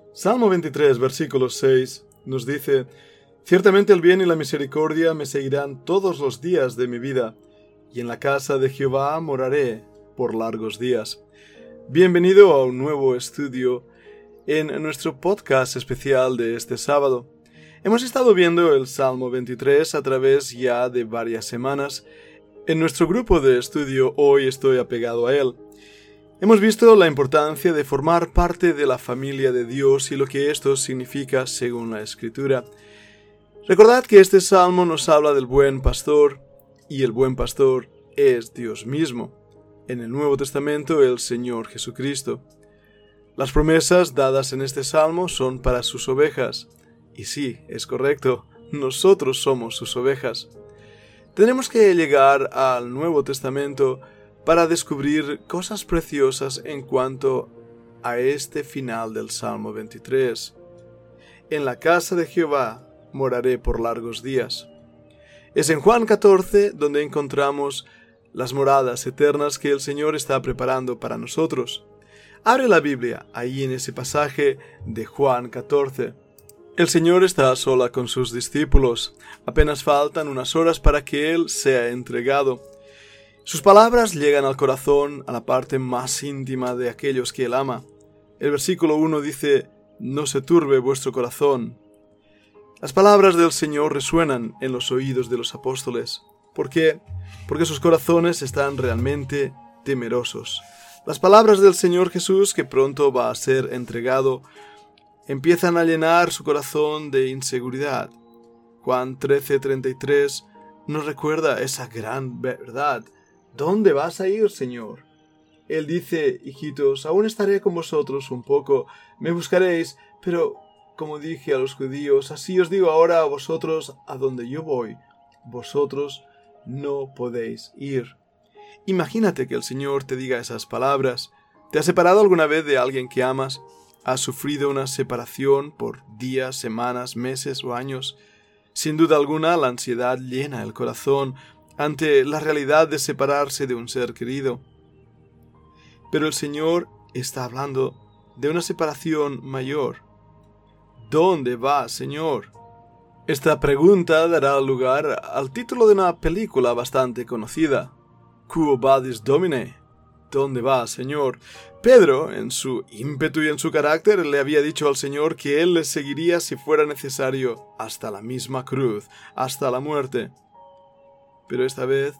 Salmo 23, versículo 6, nos dice: Ciertamente el bien y la misericordia me seguirán todos los días de mi vida, y en la casa de Jehová moraré por largos días. Bienvenido a un nuevo estudio en nuestro podcast especial de este sábado. Hemos estado viendo el Salmo 23 a través ya de varias semanas. En nuestro grupo de estudio Hoy estoy apegado a él. Hemos visto la importancia de formar parte de la familia de Dios y lo que esto significa según la Escritura. Recordad que este salmo nos habla del buen pastor, y el buen pastor es Dios mismo. En el Nuevo Testamento, el Señor Jesucristo. Las promesas dadas en este salmo son para sus ovejas. Y sí, es correcto, nosotros somos sus ovejas. Tenemos que llegar al Nuevo Testamento para descubrir cosas preciosas en cuanto a este final del Salmo 23. En la casa de Jehová moraré por largos días. Es en Juan 14 donde encontramos las moradas eternas que el Señor está preparando para nosotros. Abre la Biblia ahí en ese pasaje de Juan 14. El Señor está a sola con sus discípulos. Apenas faltan unas horas para que Él sea entregado. Sus palabras llegan al corazón, a la parte más íntima de aquellos que Él ama. El versículo 1 dice: No se turbe vuestro corazón. Las palabras del Señor resuenan en los oídos de los apóstoles. ¿Por qué? Porque sus corazones están realmente temerosos. Las palabras del Señor Jesús, que pronto va a ser entregado, empiezan a llenar su corazón de inseguridad. Juan 13:33 nos recuerda esa gran verdad. ¿Dónde vas a ir, Señor? Él dice: hijitos, aún estaré con vosotros un poco, me buscaréis, pero como dije a los judíos, así os digo ahora a vosotros: a donde yo voy, vosotros no podéis ir. Imagínate que el Señor te diga esas palabras. ¿Te has separado alguna vez de alguien que amas? ¿Has sufrido una separación por días, semanas, meses o años? Sin duda alguna, la ansiedad llena el corazón ante la realidad de separarse de un ser querido. Pero el Señor está hablando de una separación mayor. ¿Dónde vas, Señor? Esta pregunta dará lugar al título de una película bastante conocida, Quo Vadis Domine? ¿Dónde vas, Señor? Pedro, en su ímpetu y en su carácter, le había dicho al Señor que él le seguiría si fuera necesario hasta la misma cruz, hasta la muerte. Pero esta vez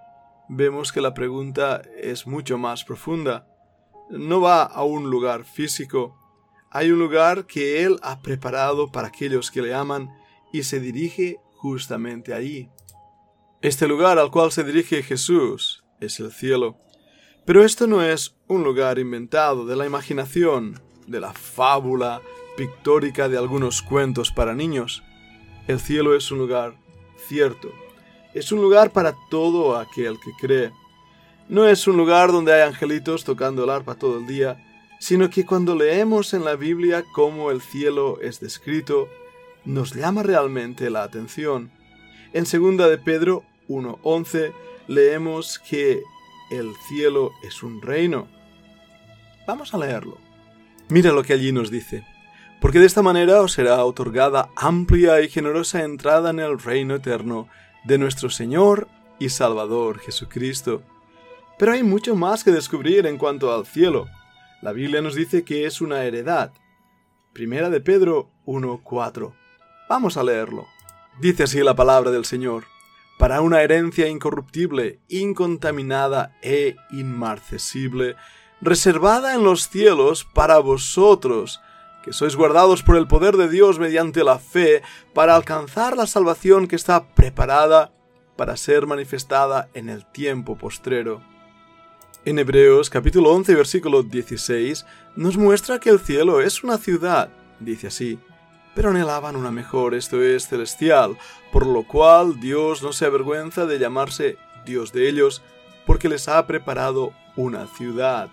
vemos que la pregunta es mucho más profunda. No va a un lugar físico. Hay un lugar que Él ha preparado para aquellos que le aman y se dirige justamente allí. Este lugar al cual se dirige Jesús es el cielo. Pero esto no es un lugar inventado de la imaginación, de la fábula pictórica de algunos cuentos para niños. El cielo es un lugar cierto. Es un lugar para todo aquel que cree. No es un lugar donde hay angelitos tocando el arpa todo el día, sino que cuando leemos en la Biblia cómo el cielo es descrito, nos llama realmente la atención. En 2 de Pedro 1:11 leemos que el cielo es un reino. Vamos a leerlo. Mira lo que allí nos dice: porque de esta manera os será otorgada amplia y generosa entrada en el reino eterno de nuestro Señor y Salvador Jesucristo. Pero hay mucho más que descubrir en cuanto al cielo. La Biblia nos dice que es una heredad. 1 de Pedro 1:4. Vamos a leerlo. Dice así la palabra del Señor: para una herencia incorruptible, incontaminada e inmarcesible, reservada en los cielos para vosotros, que sois guardados por el poder de Dios mediante la fe, para alcanzar la salvación que está preparada para ser manifestada en el tiempo postrero. En Hebreos capítulo 11 versículo 16 nos muestra que el cielo es una ciudad, dice así: pero anhelaban una mejor, esto es, celestial, por lo cual Dios no se avergüenza de llamarse Dios de ellos, porque les ha preparado una ciudad.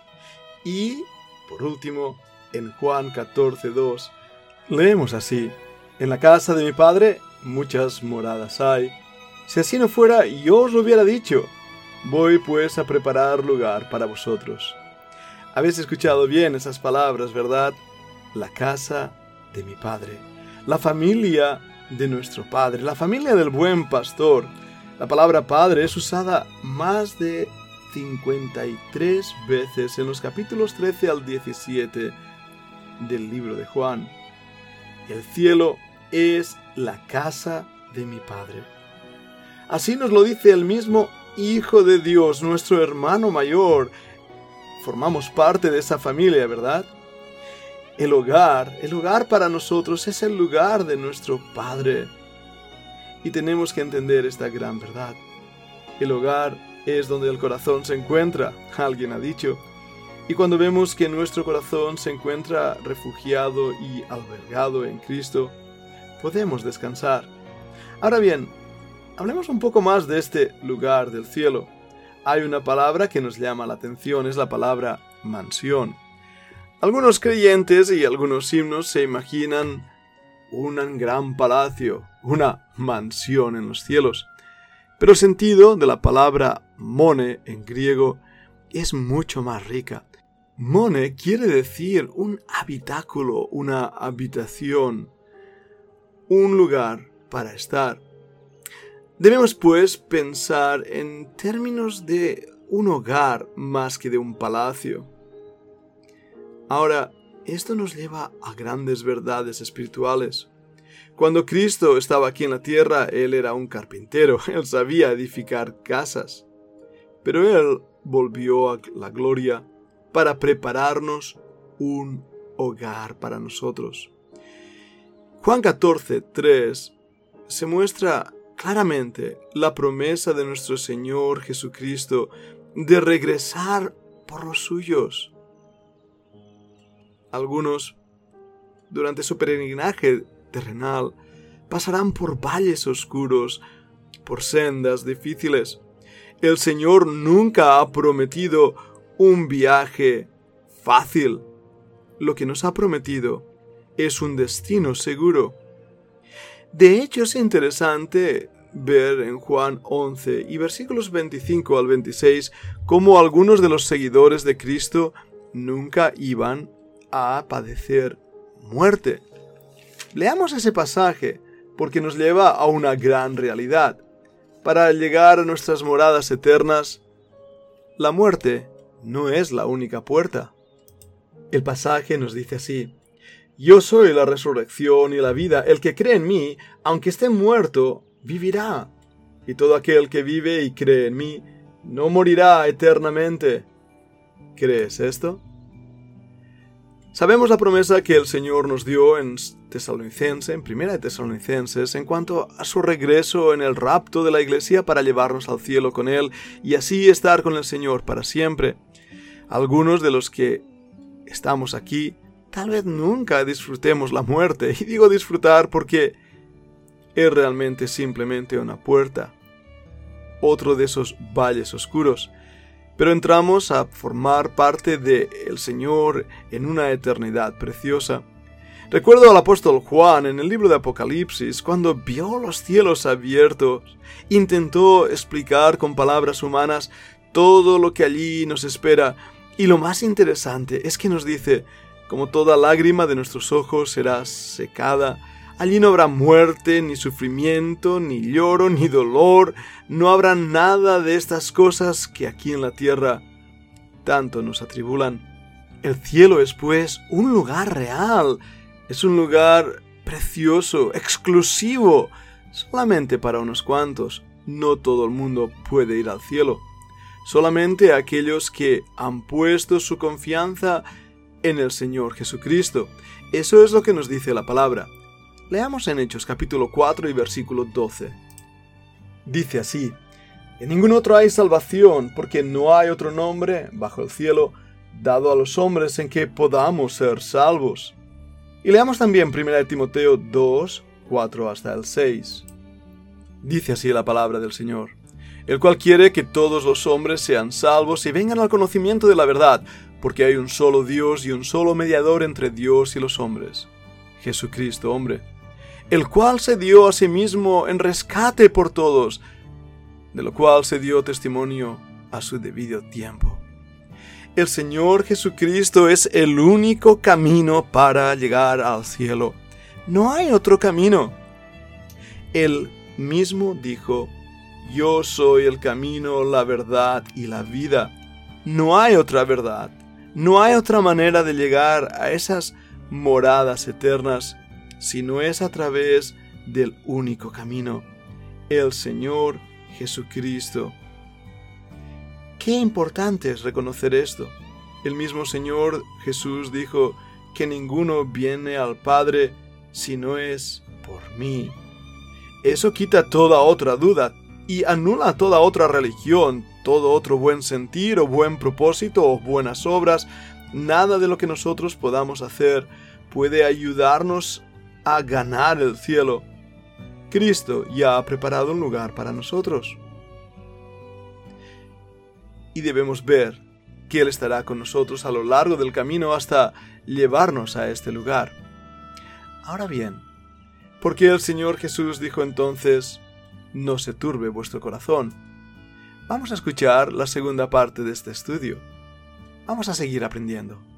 Y, por último, en Juan 14:2, leemos así: en la casa de mi Padre muchas moradas hay. Si así no fuera, yo os lo hubiera dicho. Voy pues a preparar lugar para vosotros. Habéis escuchado bien esas palabras, ¿verdad? la casa de mi Padre, la familia de nuestro Padre, la familia del buen pastor. La palabra Padre es usada más de 53 veces en los capítulos 13 al 17 del libro de Juan. El cielo es la casa de mi Padre. Así nos lo dice el mismo Hijo de Dios, nuestro hermano mayor. Formamos parte de esa familia, ¿verdad? El hogar para nosotros es el lugar de nuestro Padre. Y tenemos que entender esta gran verdad. El hogar es donde el corazón se encuentra, alguien ha dicho. Y cuando vemos que nuestro corazón se encuentra refugiado y albergado en Cristo, podemos descansar. Ahora bien, hablemos un poco más de este lugar del cielo. Hay una palabra que nos llama la atención, es la palabra mansión. Algunos creyentes y algunos himnos se imaginan un gran palacio, una mansión en los cielos. Pero el sentido de la palabra mone en griego es mucho más rica. Mone quiere decir un habitáculo, una habitación, un lugar para estar. Debemos, pues, pensar en términos de un hogar más que de un palacio. Ahora, esto nos lleva a grandes verdades espirituales. Cuando Cristo estaba aquí en la tierra, Él era un carpintero, Él sabía edificar casas. Pero Él volvió a la gloria para prepararnos un hogar para nosotros. Juan 14:3 se muestra claramente la promesa de nuestro Señor Jesucristo de regresar por los suyos. Algunos, durante su peregrinaje terrenal, pasarán por valles oscuros, por sendas difíciles. El Señor nunca ha prometido un viaje fácil. Lo que nos ha prometido es un destino seguro. De hecho, es interesante ver en Juan 11 y versículos 25 al 26 cómo algunos de los seguidores de Cristo nunca iban a padecer muerte. Leamos ese pasaje porque nos lleva a una gran realidad. Para llegar a nuestras moradas eternas, la muerte no es la única puerta. El pasaje nos dice así: Yo soy la resurrección y la vida. El que cree en mí, aunque esté muerto, vivirá. Y todo aquel que vive y cree en mí, no morirá eternamente. ¿Crees esto? Sabemos la promesa que el Señor nos dio en Primera de Tesalonicenses, en cuanto a su regreso en el rapto de la iglesia para llevarnos al cielo con Él y así estar con el Señor para siempre. Algunos de los que estamos aquí, tal vez nunca disfrutemos la muerte, y digo disfrutar porque es realmente simplemente una puerta, otro de esos valles oscuros. Pero entramos a formar parte del Señor en una eternidad preciosa. Recuerdo al apóstol Juan en el libro de Apocalipsis, cuando vio los cielos abiertos, intentó explicar con palabras humanas todo lo que allí nos espera. Y lo más interesante es que nos dice: como toda lágrima de nuestros ojos será secada, allí no habrá muerte, ni sufrimiento, ni lloro, ni dolor. No habrá nada de estas cosas que aquí en la tierra tanto nos atribulan. El cielo es, pues, un lugar real. Es un lugar precioso, exclusivo, solamente para unos cuantos. No todo el mundo puede ir al cielo. Solamente aquellos que han puesto su confianza en el Señor Jesucristo. Eso es lo que nos dice la palabra. Leamos en Hechos capítulo 4 y versículo 12. Dice así: En ningún otro hay salvación, porque no hay otro nombre bajo el cielo dado a los hombres en que podamos ser salvos. Y leamos también 1 Timoteo 2, 4 hasta el 6. Dice así la palabra del Señor: el cual quiere que todos los hombres sean salvos y vengan al conocimiento de la verdad, porque hay un solo Dios y un solo mediador entre Dios y los hombres, Jesucristo hombre, el cual se dio a sí mismo en rescate por todos, de lo cual se dio testimonio a su debido tiempo. El Señor Jesucristo es el único camino para llegar al cielo. No hay otro camino. Él mismo dijo: yo soy el camino, la verdad y la vida. No hay otra verdad. No hay otra manera de llegar a esas moradas eternas si no es a través del único camino, el Señor Jesucristo. Qué importante es reconocer esto. El mismo Señor Jesús dijo que ninguno viene al Padre si no es por mí. Eso quita toda otra duda y anula toda otra religión, todo otro buen sentir o buen propósito o buenas obras. Nada de lo que nosotros podamos hacer puede ayudarnos a ganar el cielo. Cristo ya ha preparado un lugar para nosotros. Y debemos ver que Él estará con nosotros a lo largo del camino hasta llevarnos a este lugar. Ahora bien, ¿por qué el Señor Jesús dijo entonces: no se turbe vuestro corazón? Vamos a escuchar la segunda parte de este estudio. Vamos a seguir aprendiendo.